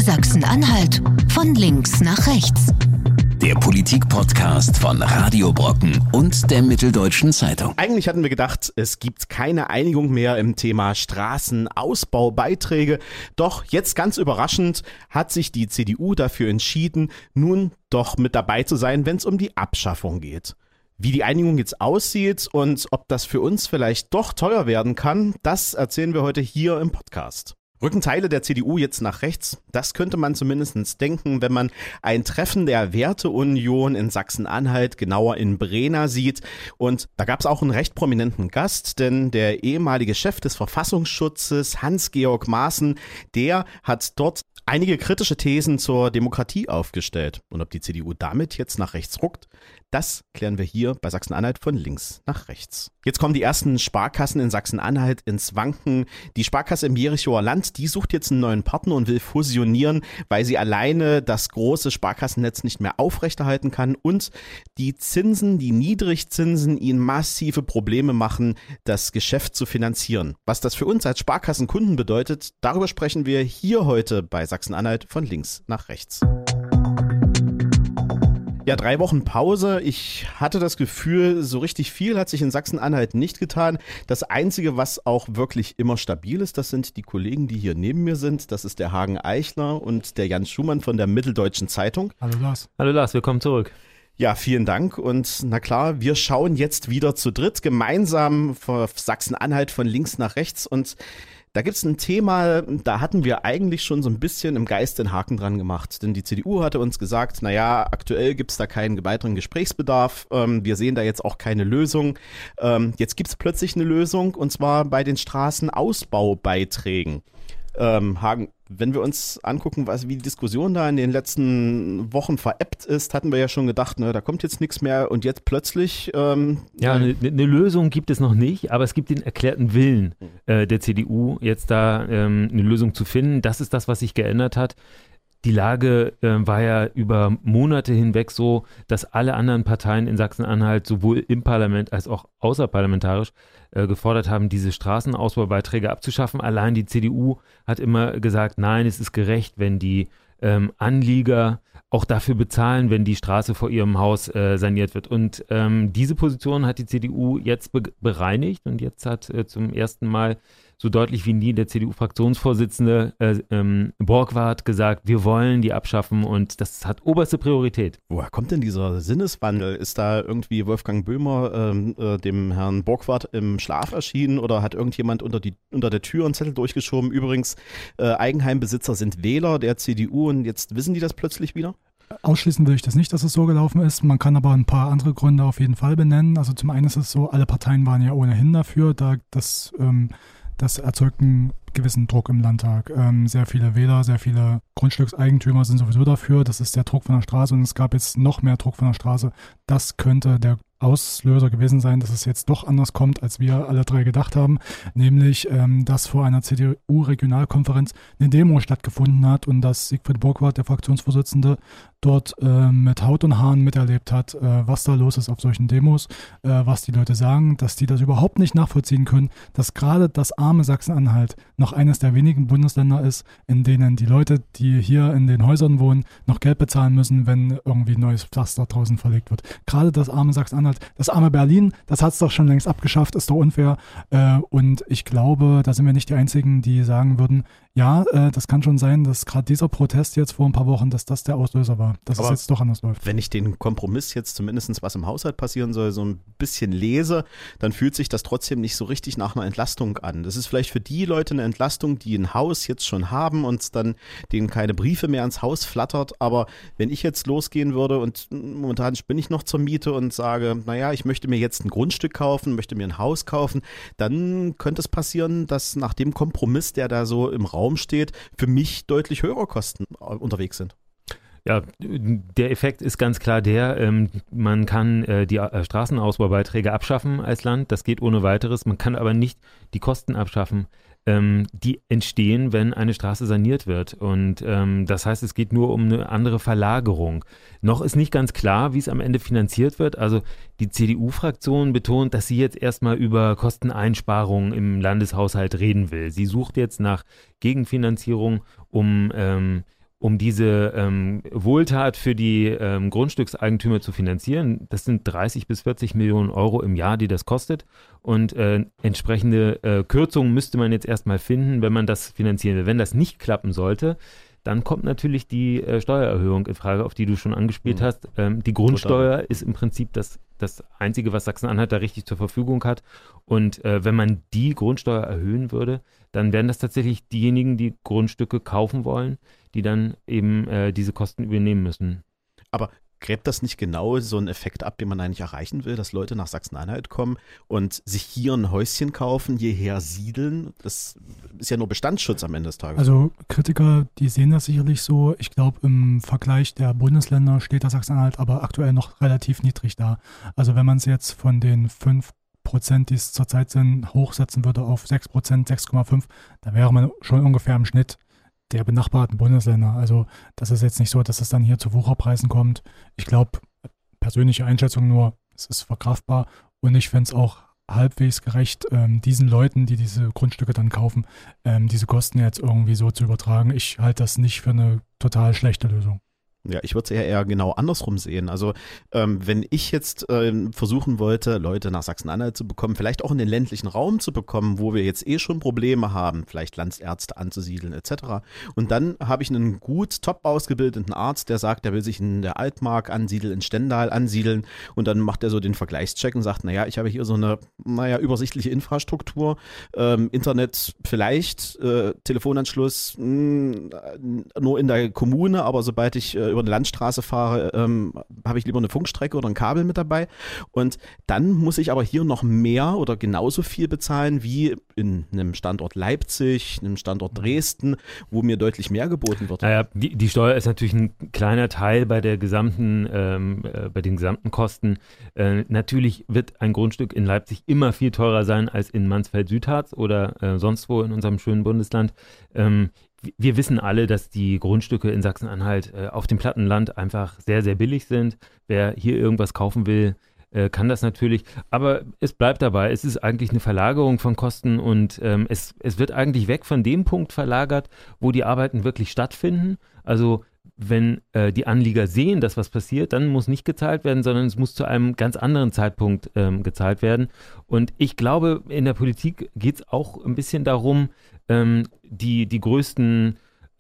Sachsen-Anhalt von links nach rechts. Der Politik-Podcast von Radio Brocken und der Mitteldeutschen Zeitung. Eigentlich hatten wir gedacht, es gibt keine Einigung mehr im Thema Straßenausbaubeiträge. Doch jetzt ganz überraschend hat sich die CDU dafür entschieden, nun doch mit dabei zu sein, wenn es um die Abschaffung geht. Wie die Einigung jetzt aussieht und ob das für uns vielleicht doch teuer werden kann, das erzählen wir heute hier im Podcast. Rücken Teile der CDU jetzt nach rechts? Das könnte man zumindest denken, wenn man ein Treffen der Werteunion in Sachsen-Anhalt, genauer in Brena, sieht. Und da gab es auch einen recht prominenten Gast, denn der ehemalige Chef des Verfassungsschutzes, Hans-Georg Maaßen, der hat dort einige kritische Thesen zur Demokratie aufgestellt. Und ob die CDU damit jetzt nach rechts ruckt, das klären wir hier bei Sachsen-Anhalt von links nach rechts. Jetzt kommen die ersten Sparkassen in Sachsen-Anhalt ins Wanken. Die Sparkasse im Jerichower Land, die sucht jetzt einen neuen Partner und will fusionieren, weil sie alleine das große Sparkassennetz nicht mehr aufrechterhalten kann und die Zinsen, die Niedrigzinsen, ihnen massive Probleme machen, das Geschäft zu finanzieren. Was das für uns als Sparkassenkunden bedeutet, darüber sprechen wir hier heute bei Sachsen-Anhalt von links nach rechts. Ja, 3 Wochen Pause. Ich hatte das Gefühl, so richtig viel hat sich in Sachsen-Anhalt nicht getan. Das Einzige, was auch wirklich immer stabil ist, das sind die Kollegen, die hier neben mir sind. Das ist der Hagen Eichler und der Jan Schumann von der Mitteldeutschen Zeitung. Hallo Lars. Hallo Lars, willkommen zurück. Ja, vielen Dank. Und na klar, wir schauen jetzt wieder zu dritt gemeinsam von Sachsen-Anhalt von links nach rechts. Und da gibt es ein Thema, da hatten wir eigentlich schon so ein bisschen im Geist den Haken dran gemacht. Denn die CDU hatte uns gesagt, naja, aktuell gibt es da keinen weiteren Gesprächsbedarf. Wir sehen da jetzt auch keine Lösung. Jetzt gibt es plötzlich eine Lösung, und zwar bei den Straßenausbaubeiträgen. Hagen, wenn wir uns angucken, wie die Diskussion da in den letzten Wochen verebbt ist, hatten wir ja schon gedacht, da kommt jetzt nichts mehr und jetzt plötzlich... eine Lösung gibt es noch nicht, aber es gibt den erklärten Willen der CDU, jetzt da eine Lösung zu finden. Das ist das, was sich geändert hat. Die Lage war ja über Monate hinweg so, dass alle anderen Parteien in Sachsen-Anhalt sowohl im Parlament als auch außerparlamentarisch gefordert haben, diese Straßenausbaubeiträge abzuschaffen. Allein die CDU hat immer gesagt, nein, es ist gerecht, wenn die Anlieger auch dafür bezahlen, wenn die Straße vor ihrem Haus saniert wird. Und diese Position hat die CDU jetzt bereinigt und jetzt hat zum ersten Mal so deutlich wie nie der CDU-Fraktionsvorsitzende Borgwardt gesagt, wir wollen die abschaffen und das hat oberste Priorität. Woher kommt denn dieser Sinneswandel? Ist da irgendwie Wolfgang Böhmer dem Herrn Borgwardt im Schlaf erschienen oder hat irgendjemand unter der Tür einen Zettel durchgeschoben? Übrigens, Eigenheimbesitzer sind Wähler der CDU und jetzt wissen die das plötzlich wieder? Ausschließen will ich das nicht, dass es so gelaufen ist. Man kann aber ein paar andere Gründe auf jeden Fall benennen. Also zum einen ist es so, alle Parteien waren ja ohnehin dafür, das erzeugt einen gewissen Druck im Landtag. Sehr viele Wähler, sehr viele Grundstückseigentümer sind sowieso dafür. Das ist der Druck von der Straße und es gab jetzt noch mehr Druck von der Straße. Das könnte der Auslöser gewesen sein, dass es jetzt doch anders kommt, als wir alle drei gedacht haben, nämlich, dass vor einer CDU-Regionalkonferenz eine Demo stattgefunden hat und dass Siegfried Borgwardt, der Fraktionsvorsitzende, dort mit Haut und Haaren miterlebt hat, was da los ist auf solchen Demos, was die Leute sagen, dass die das überhaupt nicht nachvollziehen können, dass gerade das arme Sachsen-Anhalt noch eines der wenigen Bundesländer ist, in denen die Leute, die hier in den Häusern wohnen, noch Geld bezahlen müssen, wenn irgendwie ein neues Pflaster draußen verlegt wird. Gerade das arme Sachsen-Anhalt, das arme Berlin, das hat es doch schon längst abgeschafft, ist doch unfair. Und ich glaube, da sind wir nicht die Einzigen, die sagen würden, ja, das kann schon sein, dass gerade dieser Protest jetzt vor ein paar Wochen, dass das der Auslöser war, dass es jetzt doch anders läuft. Wenn ich den Kompromiss jetzt zumindest, was im Haushalt passieren soll, so ein bisschen lese, dann fühlt sich das trotzdem nicht so richtig nach einer Entlastung an. Das ist vielleicht für die Leute eine Entlastung, die ein Haus jetzt schon haben und dann denen keine Briefe mehr ans Haus flattert. Aber wenn ich jetzt losgehen würde und momentan bin ich noch zur Miete und sage, naja, ich möchte mir jetzt ein Grundstück kaufen, möchte mir ein Haus kaufen, dann könnte es passieren, dass nach dem Kompromiss, der da so im Raum steht, für mich deutlich höhere Kosten unterwegs sind. Ja, der Effekt ist ganz klar man kann die Straßenausbaubeiträge abschaffen als Land, das geht ohne weiteres, man kann aber nicht die Kosten abschaffen, die entstehen, wenn eine Straße saniert wird. Und das heißt, es geht nur um eine andere Verlagerung. Noch ist nicht ganz klar, wie es am Ende finanziert wird. Also die CDU-Fraktion betont, dass sie jetzt erstmal über Kosteneinsparungen im Landeshaushalt reden will. Sie sucht jetzt nach Gegenfinanzierung, um um diese Wohltat für die Grundstückseigentümer zu finanzieren. Das sind 30 bis 40 Millionen Euro im Jahr, die das kostet. Und entsprechende Kürzungen müsste man jetzt erstmal finden, wenn man das finanzieren will. Wenn das nicht klappen sollte, dann kommt natürlich die Steuererhöhung in Frage, auf die du schon angespielt hast. Die Grundsteuer ist im Prinzip das Einzige, was Sachsen-Anhalt da richtig zur Verfügung hat. Und wenn man die Grundsteuer erhöhen würde, dann wären das tatsächlich diejenigen, die Grundstücke kaufen wollen, die dann eben diese Kosten übernehmen müssen. Aber gräbt das nicht genau so einen Effekt ab, den man eigentlich erreichen will, dass Leute nach Sachsen-Anhalt kommen und sich hier ein Häuschen kaufen, hierher siedeln? Das ist ja nur Bestandsschutz am Ende des Tages. Also Kritiker, die sehen das sicherlich so. Ich glaube, im Vergleich der Bundesländer steht da Sachsen-Anhalt aber aktuell noch relativ niedrig da. Also wenn man es jetzt von den 5%, die es zurzeit sind, hochsetzen würde auf 6%, 6,5%, da wäre man schon ungefähr im Schnitt der benachbarten Bundesländer. Also das ist jetzt nicht so, dass es dann hier zu Wucherpreisen kommt. Ich glaube, persönliche Einschätzung nur, es ist verkraftbar und ich finde es auch halbwegs gerecht, diesen Leuten, die diese Grundstücke dann kaufen, diese Kosten jetzt irgendwie so zu übertragen. Ich halte das nicht für eine total schlechte Lösung. Ja, ich würde es eher genau andersrum sehen. Also wenn ich jetzt versuchen wollte, Leute nach Sachsen-Anhalt zu bekommen, vielleicht auch in den ländlichen Raum zu bekommen, wo wir jetzt schon Probleme haben, vielleicht Landärzte anzusiedeln etc. Und dann habe ich einen gut top ausgebildeten Arzt, der sagt, der will sich in der Altmark ansiedeln, in Stendal ansiedeln und dann macht er so den Vergleichscheck und sagt, naja, ich habe hier so eine übersichtliche Infrastruktur, Internet vielleicht, Telefonanschluss nur in der Kommune, aber sobald ich über eine Landstraße fahre, habe ich lieber eine Funkstrecke oder ein Kabel mit dabei. Und dann muss ich aber hier noch mehr oder genauso viel bezahlen wie in einem Standort Leipzig, einem Standort Dresden, wo mir deutlich mehr geboten wird. Naja, die Steuer ist natürlich ein kleiner Teil bei den gesamten Kosten. Natürlich wird ein Grundstück in Leipzig immer viel teurer sein als in Mansfeld-Südharz oder sonst wo in unserem schönen Bundesland. Wir wissen alle, dass die Grundstücke in Sachsen-Anhalt auf dem Plattenland einfach sehr, sehr billig sind. Wer hier irgendwas kaufen will, kann das natürlich. Aber es bleibt dabei, es ist eigentlich eine Verlagerung von Kosten und es wird eigentlich weg von dem Punkt verlagert, wo die Arbeiten wirklich stattfinden. Also wenn die Anlieger sehen, dass was passiert, dann muss nicht gezahlt werden, sondern es muss zu einem ganz anderen Zeitpunkt gezahlt werden. Und ich glaube, in der Politik geht es auch ein bisschen darum, die größten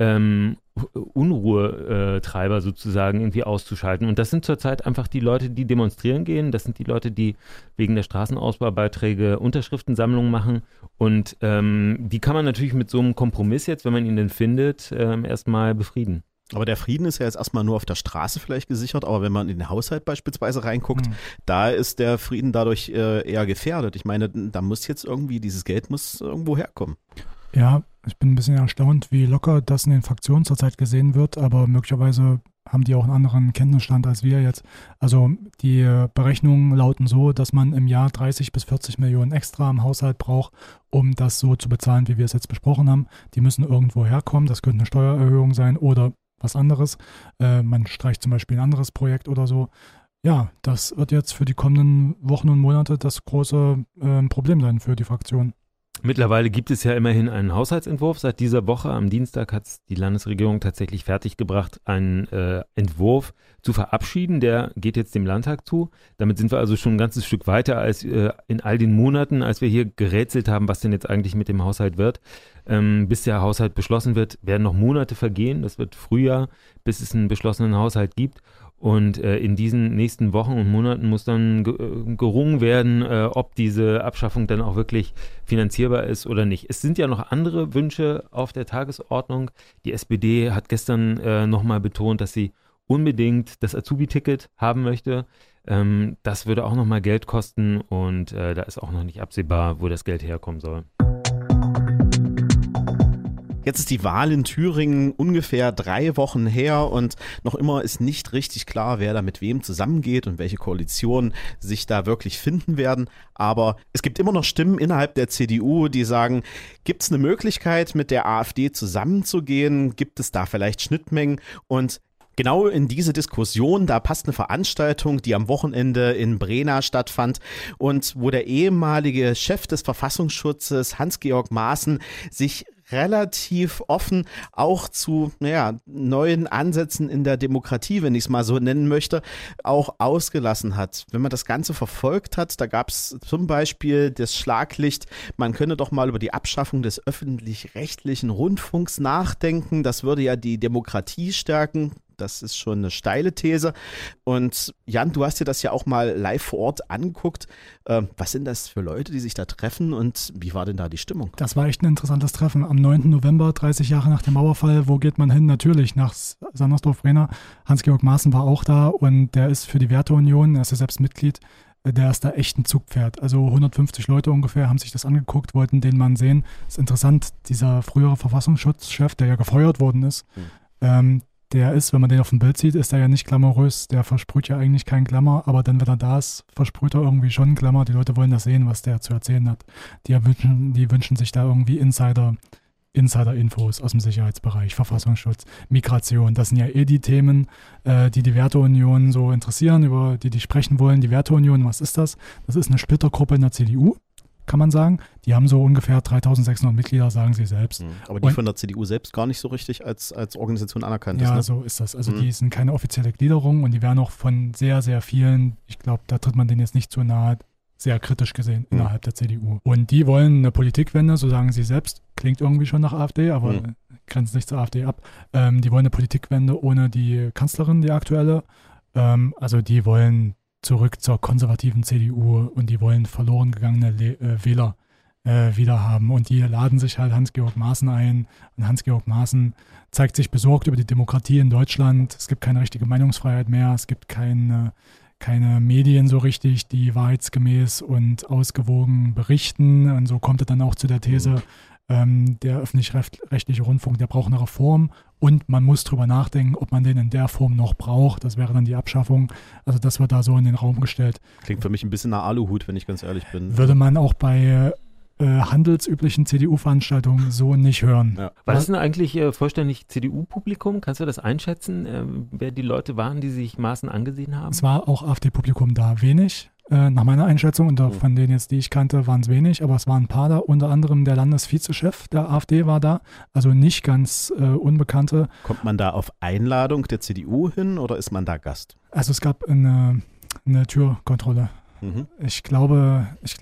Unruhetreiber sozusagen irgendwie auszuschalten. Und das sind zurzeit einfach die Leute, die demonstrieren gehen. Das sind die Leute, die wegen der Straßenausbaubeiträge Unterschriftensammlungen machen. Und die kann man natürlich mit so einem Kompromiss jetzt, wenn man ihn denn findet, erstmal befrieden. Aber der Frieden ist ja jetzt erstmal nur auf der Straße vielleicht gesichert, aber wenn man in den Haushalt beispielsweise reinguckt, da ist der Frieden dadurch eher gefährdet. Ich meine, da muss jetzt irgendwie, dieses Geld muss irgendwo herkommen. Ja, ich bin ein bisschen erstaunt, wie locker das in den Fraktionen zurzeit gesehen wird, aber möglicherweise haben die auch einen anderen Kenntnisstand als wir jetzt. Also die Berechnungen lauten so, dass man im Jahr 30 bis 40 Millionen extra im Haushalt braucht, um das so zu bezahlen, wie wir es jetzt besprochen haben. Die müssen irgendwo herkommen, das könnte eine Steuererhöhung sein oder was anderes. Man streicht zum Beispiel ein anderes Projekt oder so. Ja, das wird jetzt für die kommenden Wochen und Monate das große Problem sein für die Fraktion. Mittlerweile gibt es ja immerhin einen Haushaltsentwurf. Seit dieser Woche, am Dienstag, hat die Landesregierung tatsächlich fertiggebracht, einen Entwurf zu verabschieden. Der geht jetzt dem Landtag zu. Damit sind wir also schon ein ganzes Stück weiter als in all den Monaten, als wir hier gerätselt haben, was denn jetzt eigentlich mit dem Haushalt wird. Bis der Haushalt beschlossen wird, werden noch Monate vergehen. Das wird Frühjahr, bis es einen beschlossenen Haushalt gibt. Und in diesen nächsten Wochen und Monaten muss dann gerungen werden, ob diese Abschaffung dann auch wirklich finanzierbar ist oder nicht. Es sind ja noch andere Wünsche auf der Tagesordnung. Die SPD hat gestern nochmal betont, dass sie unbedingt das Azubi-Ticket haben möchte. Das würde auch nochmal Geld kosten und da ist auch noch nicht absehbar, wo das Geld herkommen soll. Jetzt ist die Wahl in Thüringen ungefähr 3 Wochen her und noch immer ist nicht richtig klar, wer da mit wem zusammengeht und welche Koalitionen sich da wirklich finden werden. Aber es gibt immer noch Stimmen innerhalb der CDU, die sagen, gibt es eine Möglichkeit, mit der AfD zusammenzugehen? Gibt es da vielleicht Schnittmengen? Und genau in diese Diskussion, da passt eine Veranstaltung, die am Wochenende in Brena stattfand und wo der ehemalige Chef des Verfassungsschutzes Hans-Georg Maaßen sich relativ offen auch zu neuen Ansätzen in der Demokratie, wenn ich es mal so nennen möchte, auch ausgelassen hat. Wenn man das Ganze verfolgt hat, da gab es zum Beispiel das Schlaglicht, man könne doch mal über die Abschaffung des öffentlich-rechtlichen Rundfunks nachdenken. Das würde ja die Demokratie stärken. Das ist schon eine steile These. Und Jan, du hast dir das ja auch mal live vor Ort angeguckt. Was sind das für Leute, die sich da treffen und wie war denn da die Stimmung? Das war echt ein interessantes Treffen. Am 9. November, 30 Jahre nach dem Mauerfall, wo geht man hin? Natürlich nach Sandersdorf-Rehna. Hans-Georg Maaßen war auch da und der ist für die Werteunion, er ist ja selbst Mitglied, der ist da echt ein Zugpferd. Also 150 Leute ungefähr haben sich das angeguckt, wollten den Mann sehen. Das ist interessant, dieser frühere Verfassungsschutzchef, der ja gefeuert worden ist, der ist, wenn man den auf dem Bild sieht, ist er ja nicht glamourös. Der versprüht ja eigentlich keinen Glamour, aber dann, wenn er da ist, versprüht er irgendwie schon Glamour. Die Leute wollen das sehen, was der zu erzählen hat. Die wünschen sich da irgendwie Insider-Infos aus dem Sicherheitsbereich, Verfassungsschutz, Migration. Das sind ja die Themen, die Werteunion so interessieren, über die sprechen wollen. Die Werteunion, was ist das? Das ist eine Splittergruppe in der CDU, kann man sagen. Die haben so ungefähr 3600 Mitglieder, sagen sie selbst. Aber die von der CDU selbst gar nicht so richtig als Organisation anerkannt ist. Ja, ne? so ist das. Also die sind keine offizielle Gliederung und die werden auch von sehr, sehr vielen, ich glaube, da tritt man denen jetzt nicht zu nahe, sehr kritisch gesehen innerhalb der CDU. Und die wollen eine Politikwende, so sagen sie selbst, klingt irgendwie schon nach AfD, aber grenzt nicht zur AfD ab. Die wollen eine Politikwende ohne die Kanzlerin, die aktuelle. Also die wollen zurück zur konservativen CDU und die wollen verloren gegangene Wähler wieder haben. Und die laden sich halt Hans-Georg Maaßen ein. Und Hans-Georg Maaßen zeigt sich besorgt über die Demokratie in Deutschland. Es gibt keine richtige Meinungsfreiheit mehr. Es gibt keine Medien so richtig, die wahrheitsgemäß und ausgewogen berichten. Und so kommt er dann auch zu der These, der öffentlich-rechtliche Rundfunk, der braucht eine Reform und man muss drüber nachdenken, ob man den in der Form noch braucht. Das wäre dann die Abschaffung. Also das wird da so in den Raum gestellt. Klingt für mich ein bisschen nach Aluhut, wenn ich ganz ehrlich bin. Würde man auch bei handelsüblichen CDU-Veranstaltungen so nicht hören. Ja. War das denn eigentlich vollständig CDU-Publikum? Kannst du das einschätzen, wer die Leute waren, die sich Maaßen angesehen haben? Es war auch AfD-Publikum da, wenig. Nach meiner Einschätzung, und von denen jetzt, die ich kannte, waren es wenig, aber es waren ein paar da, unter anderem der Landesvizechef der AfD war da, also nicht ganz Unbekannte. Kommt man da auf Einladung der CDU hin oder ist man da Gast? Also es gab eine Türkontrolle. Ich glaube,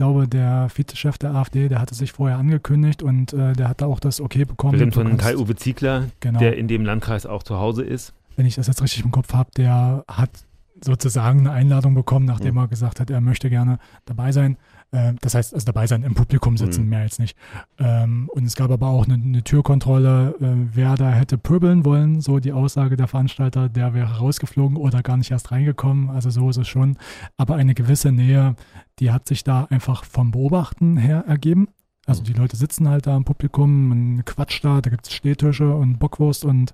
der Vizechef der AfD, der hatte sich vorher angekündigt und der hatte auch das Okay bekommen. Wir reden von Kai-Uwe Ziegler, genau, der in dem Landkreis auch zu Hause ist. Wenn ich das jetzt richtig im Kopf habe, der hat sozusagen eine Einladung bekommen, nachdem er gesagt hat, er möchte gerne dabei sein. Das heißt, also dabei sein, im Publikum sitzen, mehr jetzt nicht. Und es gab aber auch eine Türkontrolle, wer da hätte pöbeln wollen, so die Aussage der Veranstalter, der wäre rausgeflogen oder gar nicht erst reingekommen, also so ist es schon. Aber eine gewisse Nähe, die hat sich da einfach vom Beobachten her ergeben. Also die Leute sitzen halt da im Publikum, man quatscht da gibt es Stehtische und Bockwurst und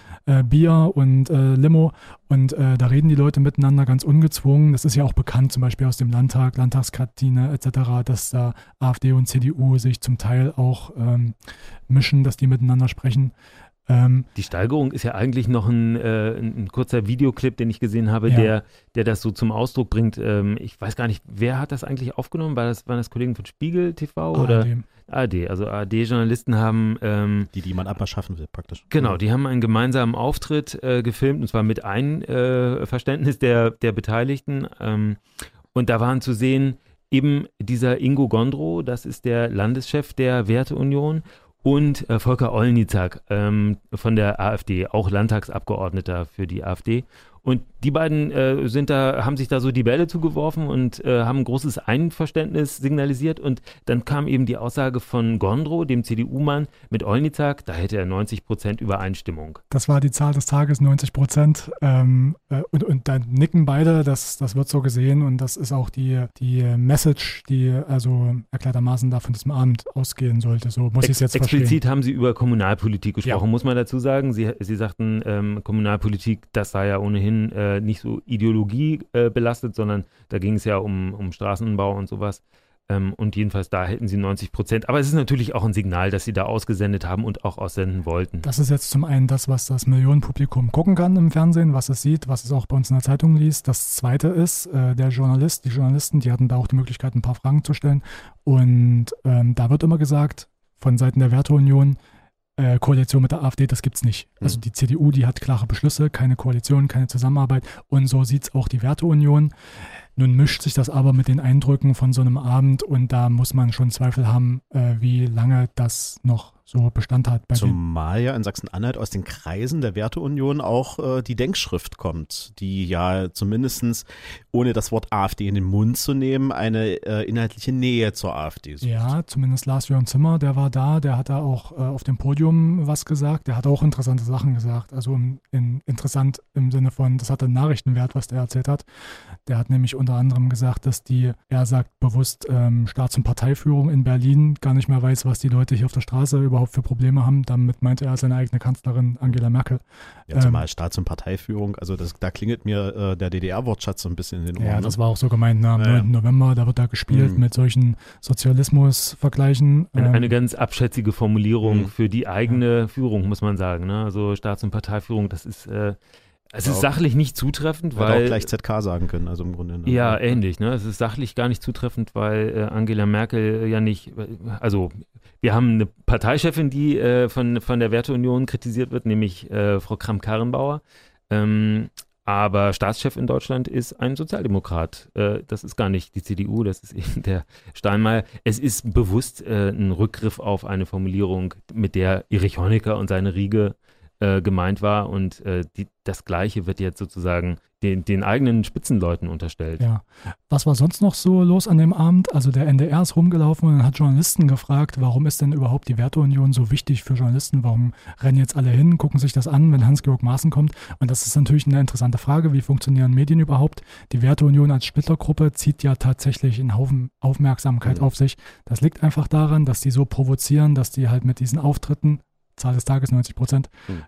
Bier und Limo und da reden die Leute miteinander ganz ungezwungen. Das ist ja auch bekannt, zum Beispiel aus dem Landtag, Landtagskantine etc., dass da AfD und CDU sich zum Teil auch mischen, dass die miteinander sprechen. Die Steigerung ist ja eigentlich noch ein kurzer Videoclip, den ich gesehen habe, der das so zum Ausdruck bringt. Ich weiß gar nicht, wer hat das eigentlich aufgenommen? Waren das Kollegen von Spiegel TV oder ARD? Also ARD-Journalisten haben die man aber schaffen will, praktisch. Genau, die haben einen gemeinsamen Auftritt gefilmt, und zwar mit Einverständnis der Beteiligten. Und da waren zu sehen eben dieser Ingo Gondrow, das ist der Landeschef der Werteunion, und Volker Olniczak von der AfD, auch Landtagsabgeordneter für die AfD. Und die beiden haben sich da so die Bälle zugeworfen und haben ein großes Einverständnis signalisiert. Und dann kam eben die Aussage von Gondrow, dem CDU-Mann, mit Olniczak, da hätte er 90% Übereinstimmung. Das war die Zahl des Tages, 90%. Und da nicken beide, das wird so gesehen. Und das ist auch die Message, die also erklärtermaßen da von diesem Abend ausgehen sollte. So muss ich es jetzt verstehen. Explizit haben sie über Kommunalpolitik gesprochen, muss man dazu sagen. Sie sagten, Kommunalpolitik, das sei ja ohnehin nicht so Ideologie belastet, sondern da ging es ja um Straßenbau und sowas. Und jedenfalls da hätten sie 90%. Aber es ist natürlich auch ein Signal, dass sie da ausgesendet haben und auch aussenden wollten. Das ist jetzt zum einen das, was das Millionenpublikum gucken kann im Fernsehen, was es sieht, was es auch bei uns in der Zeitung liest. Das zweite ist, die Journalisten, die hatten da auch die Möglichkeit, ein paar Fragen zu stellen. Und da wird immer gesagt, von Seiten der Werteunion, Koalition mit der AfD, das gibt's nicht. Also die CDU, die hat klare Beschlüsse, keine Koalition, keine Zusammenarbeit und so sieht's auch die Werteunion. Nun mischt sich das aber mit den Eindrücken von so einem Abend und da muss man schon Zweifel haben, wie lange das noch so Bestand hat. Zumal ja in Sachsen-Anhalt aus den Kreisen der Werteunion auch die Denkschrift kommt, die ja zumindest, ohne das Wort AfD in den Mund zu nehmen, eine inhaltliche Nähe zur AfD sucht. Ja, zumindest Lars-Jörn Zimmer, der war da, der hat da auch auf dem Podium was gesagt, der hat auch interessante Sachen gesagt, also interessant im Sinne von, das hatte einen Nachrichtenwert, was der erzählt hat. Der hat nämlich unter anderem gesagt, dass er sagt bewusst, Staats- und Parteiführung in Berlin gar nicht mehr weiß, was die Leute hier auf der Straße überhaupt für Probleme haben. Damit meinte er seine eigene Kanzlerin Angela Merkel. Ja, zumal Staats- und Parteiführung, also da klingelt mir der DDR-Wortschatz so ein bisschen in den Ohren. Ja, das war auch so gemeint, am 9. November, da wird da gespielt mit solchen Sozialismus-Vergleichen. Eine ganz abschätzige Formulierung für die eigene Führung, muss man sagen. Ne? Also Staats- und Parteiführung, das ist es ist sachlich nicht zutreffend, weil... auch gleich ZK sagen können, also im Grunde. Ne? Ja, ähnlich. Ne? Es ist sachlich gar nicht zutreffend, weil Angela Merkel ja nicht... Also wir haben eine Parteichefin, die von der Werteunion kritisiert wird, nämlich Frau Kramp-Karrenbauer. Aber Staatschef in Deutschland ist ein Sozialdemokrat. Das ist gar nicht die CDU, das ist eben der Steinmeier. Es ist bewusst ein Rückgriff auf eine Formulierung, mit der Erich Honecker und seine Riege gemeint war und das Gleiche wird jetzt sozusagen den eigenen Spitzenleuten unterstellt. Ja. Was war sonst noch so los an dem Abend? Also der NDR ist rumgelaufen und hat Journalisten gefragt, warum ist denn überhaupt die Werteunion so wichtig für Journalisten? Warum rennen jetzt alle hin, gucken sich das an, wenn Hans-Georg Maaßen kommt? Und das ist natürlich eine interessante Frage, wie funktionieren Medien überhaupt? Die Werteunion als Splittergruppe zieht ja tatsächlich einen Haufen Aufmerksamkeit auf sich. Das liegt einfach daran, dass die so provozieren, dass die halt mit diesen Auftritten, Zahl des Tages 90%,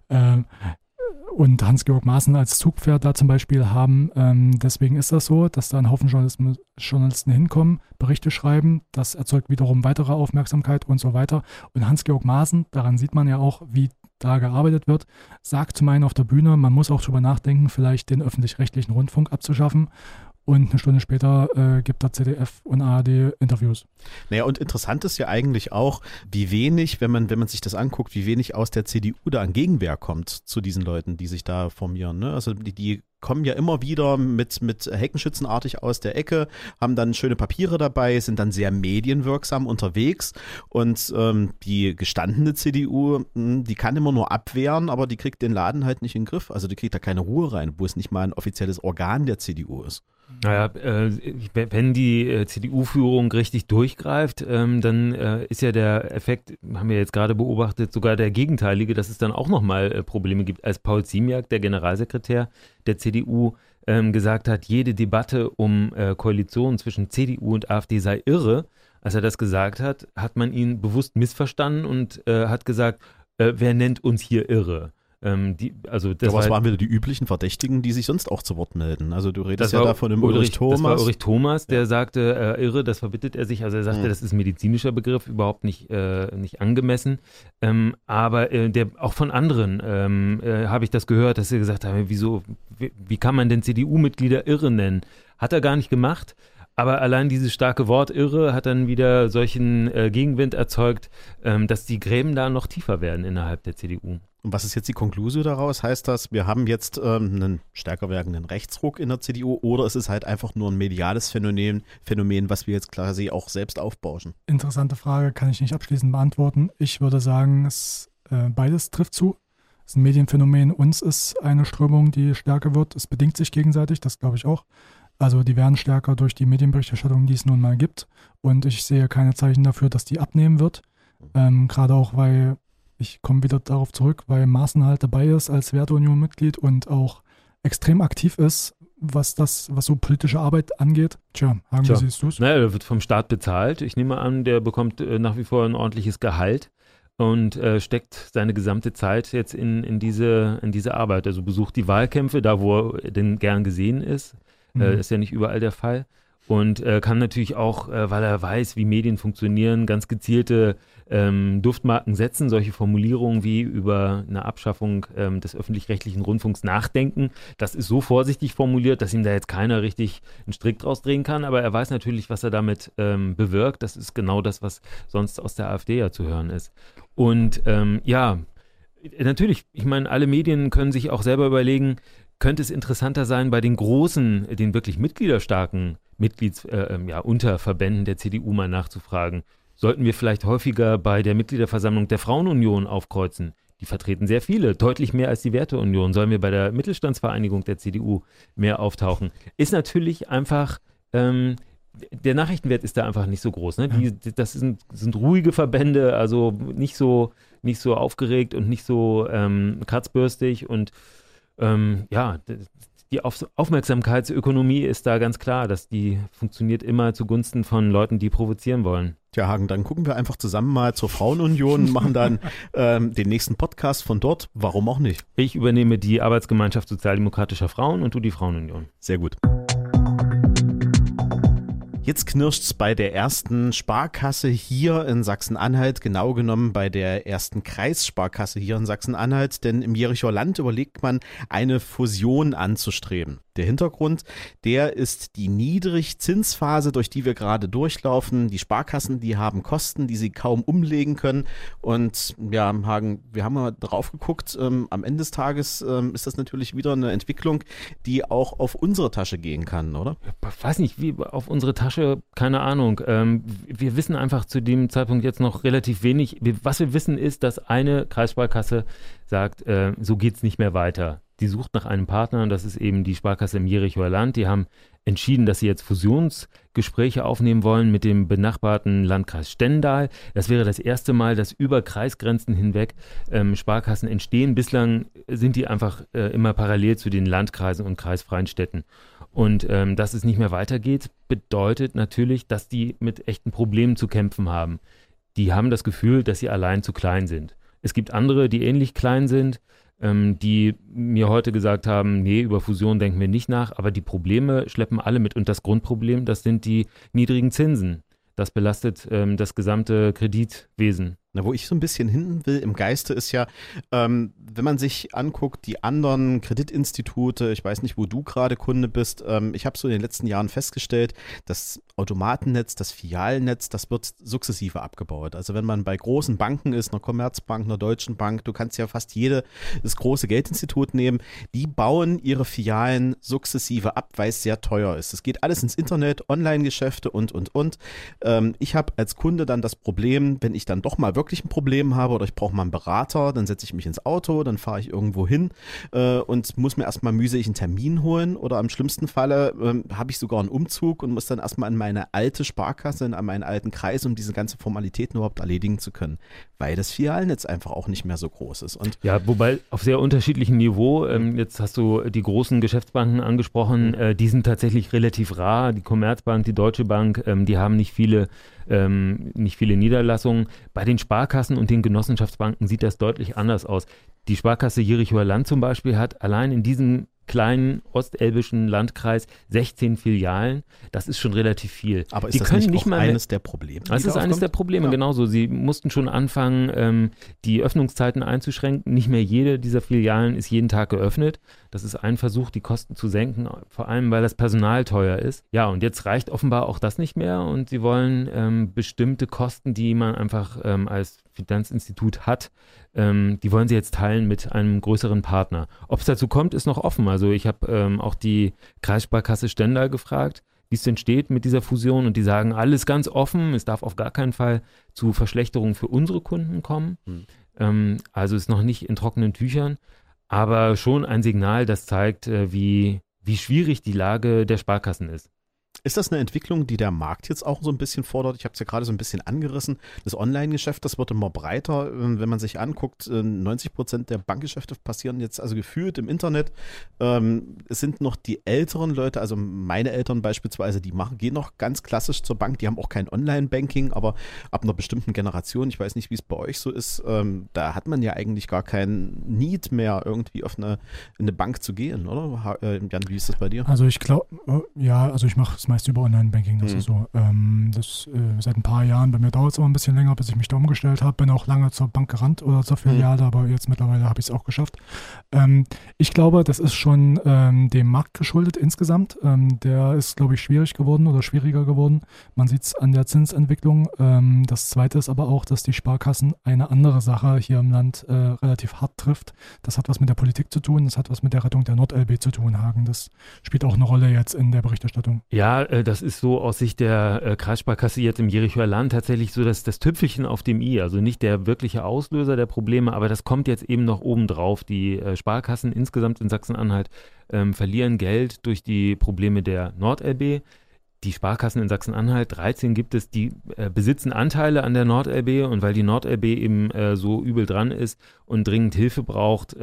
und Hans-Georg Maaßen als Zugpferd da zum Beispiel haben. Deswegen ist das so, dass da ein Haufen Journalisten hinkommen, Berichte schreiben, das erzeugt wiederum weitere Aufmerksamkeit und so weiter. Und Hans-Georg Maaßen, daran sieht man ja auch, wie da gearbeitet wird, sagt zum einen auf der Bühne, man muss auch drüber nachdenken, vielleicht den öffentlich-rechtlichen Rundfunk abzuschaffen. Und eine Stunde später gibt der ZDF und ARD Interviews. Naja, und interessant ist ja eigentlich auch, wie wenig, wenn man sich das anguckt, wie wenig aus der CDU da an Gegenwehr kommt zu diesen Leuten, die sich da formieren. Ne? Also die kommen ja immer wieder mit Heckenschützenartig aus der Ecke, haben dann schöne Papiere dabei, sind dann sehr medienwirksam unterwegs und die gestandene CDU, die kann immer nur abwehren, aber die kriegt den Laden halt nicht in den Griff. Also die kriegt da keine Ruhe rein, wo es nicht mal ein offizielles Organ der CDU ist. Naja, wenn die CDU-Führung richtig durchgreift, dann ist ja der Effekt, haben wir jetzt gerade beobachtet, sogar der gegenteilige, dass es dann auch nochmal Probleme gibt. Als Paul Ziemiak, der Generalsekretär der CDU, gesagt hat, jede Debatte um Koalition zwischen CDU und AfD sei irre. Als er das gesagt hat, hat man ihn bewusst missverstanden und hat gesagt, wer nennt uns hier irre? Was waren wieder die üblichen Verdächtigen, die sich sonst auch zu Wort melden? Also du redest ja da von dem Ulrich Thomas. Das war Ulrich Thomas, der sagte, irre, das verbittet er sich. Also er sagte, das ist ein medizinischer Begriff, überhaupt nicht angemessen. Aber auch von anderen habe ich das gehört, dass sie gesagt haben, wie kann man denn CDU-Mitglieder irre nennen? Hat er gar nicht gemacht. Aber allein dieses starke Wort irre hat dann wieder solchen Gegenwind erzeugt, dass die Gräben da noch tiefer werden innerhalb der CDU. Und was ist jetzt die Konklusion daraus? Heißt das, wir haben jetzt einen stärker werdenden Rechtsruck in der CDU oder ist es halt einfach nur ein mediales Phänomen, was wir jetzt quasi auch selbst aufbauschen? Interessante Frage, kann ich nicht abschließend beantworten. Ich würde sagen, beides trifft zu. Es ist ein Medienphänomen, uns ist eine Strömung, die stärker wird. Es bedingt sich gegenseitig, das glaube ich auch. Also die werden stärker durch die Medienberichterstattung, die es nun mal gibt. Und ich sehe keine Zeichen dafür, dass die abnehmen wird. Gerade auch, weil, ich komme wieder darauf zurück, weil Maaßen halt dabei ist als Werteunion-Mitglied und auch extrem aktiv ist, was so politische Arbeit angeht. Tja, Hagen, wie siehst du es? Naja, der wird vom Staat bezahlt. Ich nehme an, der bekommt nach wie vor ein ordentliches Gehalt und steckt seine gesamte Zeit jetzt in diese Arbeit. Also besucht die Wahlkämpfe, da wo er denn gern gesehen ist. Ist ja nicht überall der Fall. Und kann natürlich auch, weil er weiß, wie Medien funktionieren, ganz gezielte Duftmarken setzen, solche Formulierungen wie über eine Abschaffung des öffentlich-rechtlichen Rundfunks nachdenken. Das ist so vorsichtig formuliert, dass ihm da jetzt keiner richtig einen Strick draus drehen kann, aber er weiß natürlich, was er damit bewirkt. Das ist genau das, was sonst aus der AfD ja zu hören ist. Und natürlich, ich meine, alle Medien können sich auch selber überlegen, könnte es interessanter sein, bei den großen, den wirklich mitgliederstarken Unterverbänden der CDU mal nachzufragen. Sollten wir vielleicht häufiger bei der Mitgliederversammlung der Frauenunion aufkreuzen? Die vertreten sehr viele, deutlich mehr als die Werteunion. Sollen wir bei der Mittelstandsvereinigung der CDU mehr auftauchen? Ist natürlich einfach, der Nachrichtenwert ist da einfach nicht so groß. Ne? Das sind ruhige Verbände, also nicht so aufgeregt und nicht so kratzbürstig und die Aufmerksamkeitsökonomie ist da ganz klar, dass die funktioniert immer zugunsten von Leuten, die provozieren wollen. Tja, Hagen, dann gucken wir einfach zusammen mal zur Frauenunion, machen dann den nächsten Podcast von dort. Warum auch nicht? Ich übernehme die Arbeitsgemeinschaft sozialdemokratischer Frauen und du die Frauenunion. Sehr gut. Jetzt knirscht's bei der ersten Sparkasse hier in Sachsen-Anhalt, genau genommen bei der ersten Kreissparkasse hier in Sachsen-Anhalt, denn im Jerichower Land überlegt man, eine Fusion anzustreben. Der Hintergrund, der ist die Niedrigzinsphase, durch die wir gerade durchlaufen. Die Sparkassen, die haben Kosten, die sie kaum umlegen können. Und ja, Hagen, wir haben mal drauf geguckt. Am Ende des Tages ist das natürlich wieder eine Entwicklung, die auch auf unsere Tasche gehen kann, oder? Ich weiß nicht, wie auf unsere Tasche, keine Ahnung. Wir wissen einfach zu dem Zeitpunkt jetzt noch relativ wenig. Was wir wissen ist, dass eine Kreissparkasse sagt, so geht's nicht mehr weiter. Die sucht nach einem Partner und das ist eben die Sparkasse im Jerichower Land. Die haben entschieden, dass sie jetzt Fusionsgespräche aufnehmen wollen mit dem benachbarten Landkreis Stendal. Das wäre das erste Mal, dass über Kreisgrenzen hinweg Sparkassen entstehen. Bislang sind die einfach immer parallel zu den Landkreisen und kreisfreien Städten. Und dass es nicht mehr weitergeht, bedeutet natürlich, dass die mit echten Problemen zu kämpfen haben. Die haben das Gefühl, dass sie allein zu klein sind. Es gibt andere, die ähnlich klein sind, die mir heute gesagt haben, nee, über Fusion denken wir nicht nach, aber die Probleme schleppen alle mit. Und das Grundproblem, das sind die niedrigen Zinsen. Das belastet das gesamte Kreditwesen. Na, wo ich so ein bisschen hinten will im Geiste ist ja, wenn man sich anguckt, die anderen Kreditinstitute, ich weiß nicht, wo du gerade Kunde bist, ich habe so in den letzten Jahren festgestellt, das Automatennetz, das Filialnetz, das wird sukzessive abgebaut. Also wenn man bei großen Banken ist, einer Commerzbank, einer Deutschen Bank, du kannst ja fast das große Geldinstitut nehmen, die bauen ihre Filialen sukzessive ab, weil es sehr teuer ist. Es geht alles ins Internet, Online-Geschäfte und. Ich habe als Kunde dann das Problem, wenn ich dann doch mal wirklich ein Problem habe oder ich brauche mal einen Berater, dann setze ich mich ins Auto, dann fahre ich irgendwo hin und muss mir erstmal mühselig einen Termin holen oder im schlimmsten Falle habe ich sogar einen Umzug und muss dann erstmal in meine alte Sparkasse, in meinen alten Kreis, um diese ganze Formalitäten überhaupt erledigen zu können, weil das Filialnetz einfach auch nicht mehr so groß ist. Und ja, wobei auf sehr unterschiedlichem Niveau, jetzt hast du die großen Geschäftsbanken angesprochen, die sind tatsächlich relativ rar, die Commerzbank, die Deutsche Bank, die haben nicht viele Niederlassungen. Bei den Sparkassen und den Genossenschaftsbanken sieht das deutlich anders aus. Die Sparkasse Jerichower Land zum Beispiel hat allein in diesem kleinen ostelbischen Landkreis 16 Filialen. Das ist schon relativ viel. Aber ist das nicht auch eines der Probleme? Das ist eines der Probleme, genauso. Sie mussten schon anfangen, die Öffnungszeiten einzuschränken. Nicht mehr jede dieser Filialen ist jeden Tag geöffnet. Das ist ein Versuch, die Kosten zu senken, vor allem, weil das Personal teuer ist. Ja, und jetzt reicht offenbar auch das nicht mehr und sie wollen bestimmte Kosten, die man einfach als Finanzinstitut hat, die wollen sie jetzt teilen mit einem größeren Partner. Ob es dazu kommt, ist noch offen. Also ich habe auch die Kreissparkasse Stendal gefragt, wie es denn steht mit dieser Fusion und die sagen, alles ganz offen, es darf auf gar keinen Fall zu Verschlechterungen für unsere Kunden kommen. Also ist noch nicht in trockenen Tüchern, aber schon ein Signal, das zeigt, wie schwierig die Lage der Sparkassen ist. Ist das eine Entwicklung, die der Markt jetzt auch so ein bisschen fordert? Ich habe es ja gerade so ein bisschen angerissen. Das Online-Geschäft, das wird immer breiter. Wenn man sich anguckt, 90% der Bankgeschäfte passieren jetzt also gefühlt im Internet. Es sind noch die älteren Leute, also meine Eltern beispielsweise, gehen noch ganz klassisch zur Bank. Die haben auch kein Online-Banking, aber ab einer bestimmten Generation, ich weiß nicht, wie es bei euch so ist, da hat man ja eigentlich gar keinen Need mehr, irgendwie auf eine Bank zu gehen, oder? Jan, wie ist das bei dir? Also ich glaube, ich mache es meist über Online-Banking, das ist so. Seit ein paar Jahren, bei mir dauert es aber ein bisschen länger, bis ich mich da umgestellt habe. Bin auch lange zur Bank gerannt oder zur Filiale, aber jetzt mittlerweile habe ich es auch geschafft. Ich glaube, das ist schon dem Markt geschuldet insgesamt. Der ist, glaube ich, schwierig geworden oder schwieriger geworden. Man sieht es an der Zinsentwicklung. Das Zweite ist aber auch, dass die Sparkassen eine andere Sache hier im Land relativ hart trifft. Das hat was mit der Politik zu tun, das hat was mit der Rettung der NordLB zu tun, Hagen. Das spielt auch eine Rolle jetzt in der Berichterstattung. Ja, das ist so aus Sicht der Kreissparkasse jetzt im Jerichoer Land tatsächlich so das Tüpfelchen auf dem i, also nicht der wirkliche Auslöser der Probleme, aber das kommt jetzt eben noch oben drauf. Die Sparkassen insgesamt in Sachsen-Anhalt verlieren Geld durch die Probleme der NordLB. Die Sparkassen in Sachsen-Anhalt, 13 gibt es, die besitzen Anteile an der NordLB, und weil die NordLB eben so übel dran ist und dringend Hilfe braucht,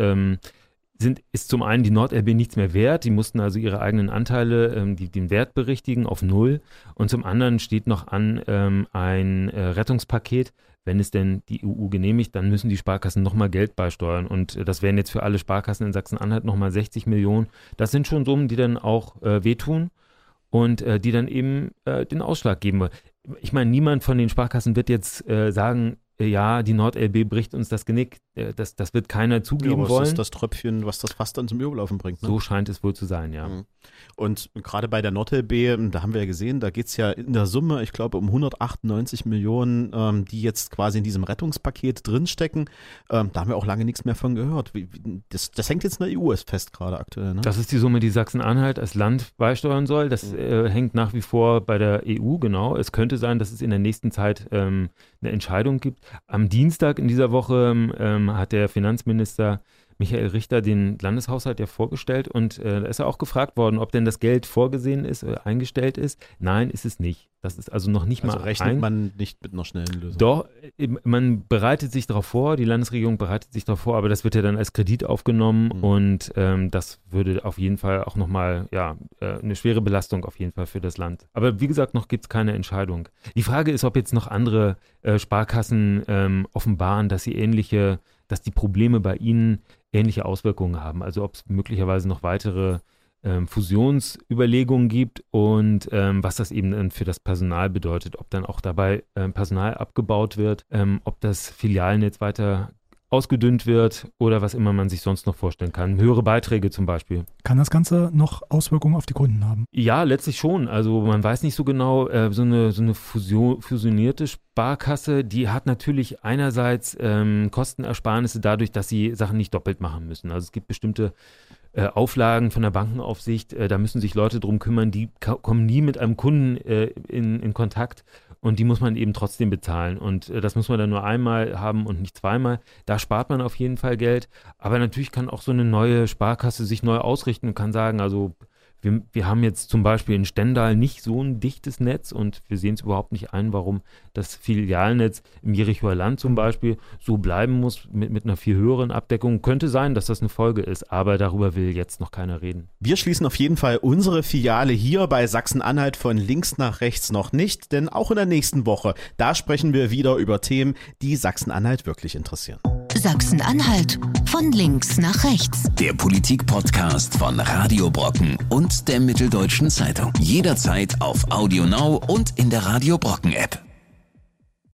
ist zum einen die NordLB nichts mehr wert. Die mussten also ihre eigenen Anteile, den Wert berichtigen auf 0. Und zum anderen steht noch an ein Rettungspaket. Wenn es denn die EU genehmigt, dann müssen die Sparkassen nochmal Geld beisteuern. Und das wären jetzt für alle Sparkassen in Sachsen-Anhalt nochmal 60 Millionen. Das sind schon Summen, die dann auch wehtun und die dann eben den Ausschlag geben. Ich meine, niemand von den Sparkassen wird jetzt sagen, ja, die NordLB bricht uns das Genick. Das wird keiner zugeben wollen. Das ist das Tröpfchen, was das Fass dann zum Überlaufen bringt. Ne? So scheint es wohl zu sein, ja. Und gerade bei der NordLB, da haben wir ja gesehen, da geht es ja in der Summe, ich glaube, um 198 Millionen, die jetzt quasi in diesem Rettungspaket drinstecken. Da haben wir auch lange nichts mehr von gehört. Das hängt jetzt in der EU fest gerade aktuell. Ne? Das ist die Summe, die Sachsen-Anhalt als Land beisteuern soll. Das hängt nach wie vor bei der EU, genau. Es könnte sein, dass es in der nächsten Zeit eine Entscheidung gibt. Am Dienstag in dieser Woche hat der Finanzminister Michael Richter den Landeshaushalt ja vorgestellt, und da ist er auch gefragt worden, ob denn das Geld vorgesehen ist, eingestellt ist. Nein, ist es nicht. Das ist also noch nicht mal rechnet man nicht mit einer schnellen Lösung. Doch, man bereitet sich darauf vor, die Landesregierung bereitet sich darauf vor, aber das wird ja dann als Kredit aufgenommen, und das würde auf jeden Fall auch nochmal, eine schwere Belastung auf jeden Fall für das Land. Aber wie gesagt, noch gibt es keine Entscheidung. Die Frage ist, ob jetzt noch andere Sparkassen offenbaren, dass die Probleme bei ihnen ähnliche Auswirkungen haben. Also ob es möglicherweise noch weitere Fusionsüberlegungen gibt und was das eben dann für das Personal bedeutet, ob dann auch dabei Personal abgebaut wird, ob das Filialnetz weiter ausgedünnt wird oder was immer man sich sonst noch vorstellen kann. Höhere Beiträge zum Beispiel. Kann das Ganze noch Auswirkungen auf die Kunden haben? Ja, letztlich schon. Also man weiß nicht so genau, so eine fusionierte Sparkasse, die hat natürlich einerseits Kostenersparnisse dadurch, dass sie Sachen nicht doppelt machen müssen. Also es gibt bestimmte Auflagen von der Bankenaufsicht, da müssen sich Leute drum kümmern, die kommen nie mit einem Kunden in Kontakt. Und die muss man eben trotzdem bezahlen. Und das muss man dann nur einmal haben und nicht zweimal. Da spart man auf jeden Fall Geld. Aber natürlich kann auch so eine neue Sparkasse sich neu ausrichten und kann sagen, also wir haben jetzt zum Beispiel in Stendal nicht so ein dichtes Netz, und wir sehen es überhaupt nicht ein, warum das Filialnetz im Jerichoer Land zum Beispiel so bleiben muss mit einer viel höheren Abdeckung. Könnte sein, dass das eine Folge ist, aber darüber will jetzt noch keiner reden. Wir schließen auf jeden Fall unsere Filiale hier bei Sachsen-Anhalt von links nach rechts noch nicht, denn auch in der nächsten Woche, da sprechen wir wieder über Themen, die Sachsen-Anhalt wirklich interessieren. Sachsen-Anhalt von links nach rechts. Der Politik-Podcast von Radio Brocken und der Mitteldeutschen Zeitung. Jederzeit auf Audio Now und in der Radio Brocken App.